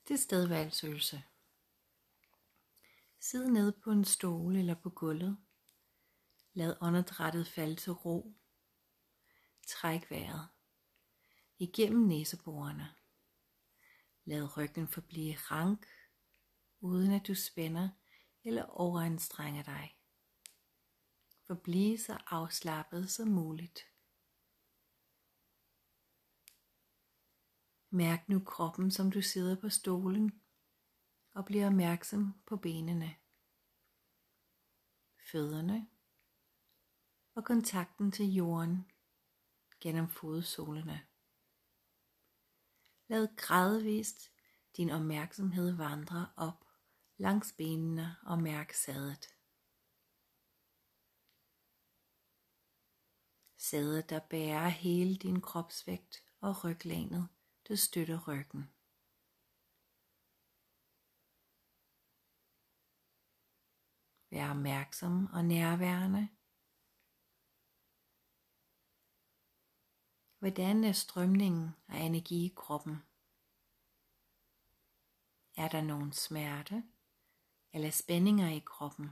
Tilstedeværelsesøvelse. Sid ned på en stol eller på gulvet. Lad åndedrættet falde til ro. Træk vejret igennem næseborene. Lad ryggen forblive rank, uden at du spænder eller overanstrenger dig. Forbliv så afslappet som muligt. Mærk nu kroppen, som du sidder på stolen, og bliv opmærksom på benene, fødderne og kontakten til jorden gennem fodsålerne. Lad gradvist din opmærksomhed vandre op langs benene og mærk sædet. Sædet, der bærer hele din kropsvægt, og ryglænet, der støtter ryggen. Vær opmærksom og nærværende. Hvordan er strømningen af energi i kroppen? Er der nogen smerte eller spændinger i kroppen?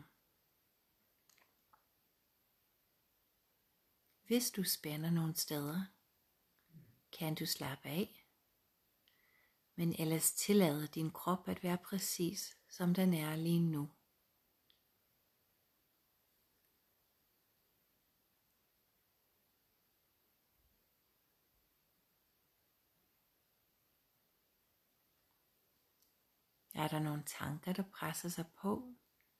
Hvis du spænder nogle steder, kan du slappe af, men ellers tillade din krop at være præcis, som den er lige nu. Er der nogle tanker, der presser sig på?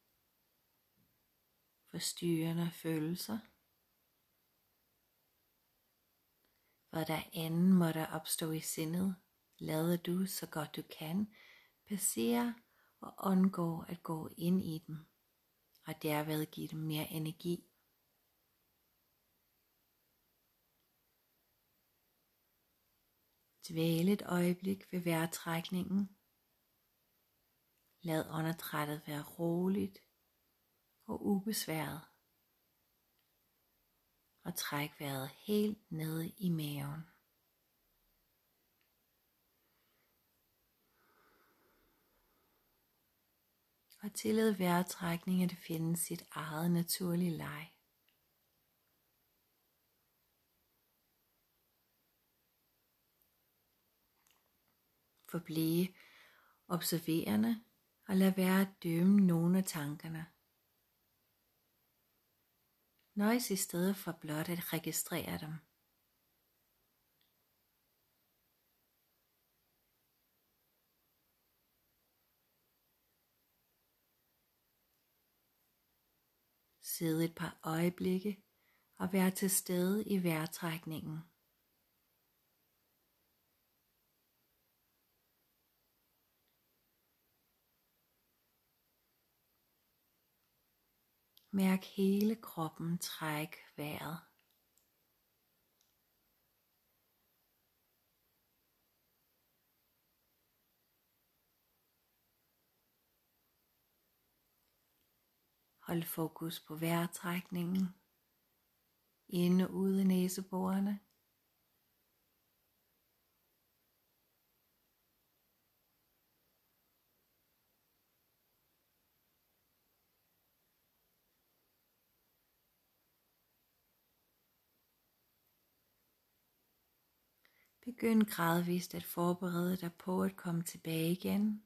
Forstyrrende følelser? Hvad der end måtte opstå i sindet, lader du så godt du kan passere og undgå at gå ind i dem, og derved give dem mere energi. Dvæl et øjeblik ved vejrtrækningen. Lad åndedrættet være roligt og ubesværet. Og træk vejret helt ned i maven. Og tillad vejrtrækningen at finde sit eget naturlige leje. Forbliv observerende og lad være at dømme nogle af tankerne. Nøjes i stedet for blot at registrere dem. Sid et par øjeblikke og vær til stede i vejrtrækningen. Mærk hele kroppen træk vejret. Hold fokus på vejrtrækningen. Ind og ud af næseborene. Begynd gradvist at forberede dig på at komme tilbage igen.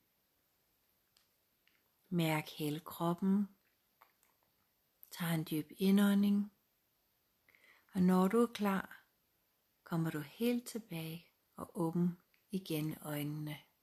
Mærk hele kroppen. Tag en dyb indånding. Og når du er klar, kommer du helt tilbage og åbn igen øjnene.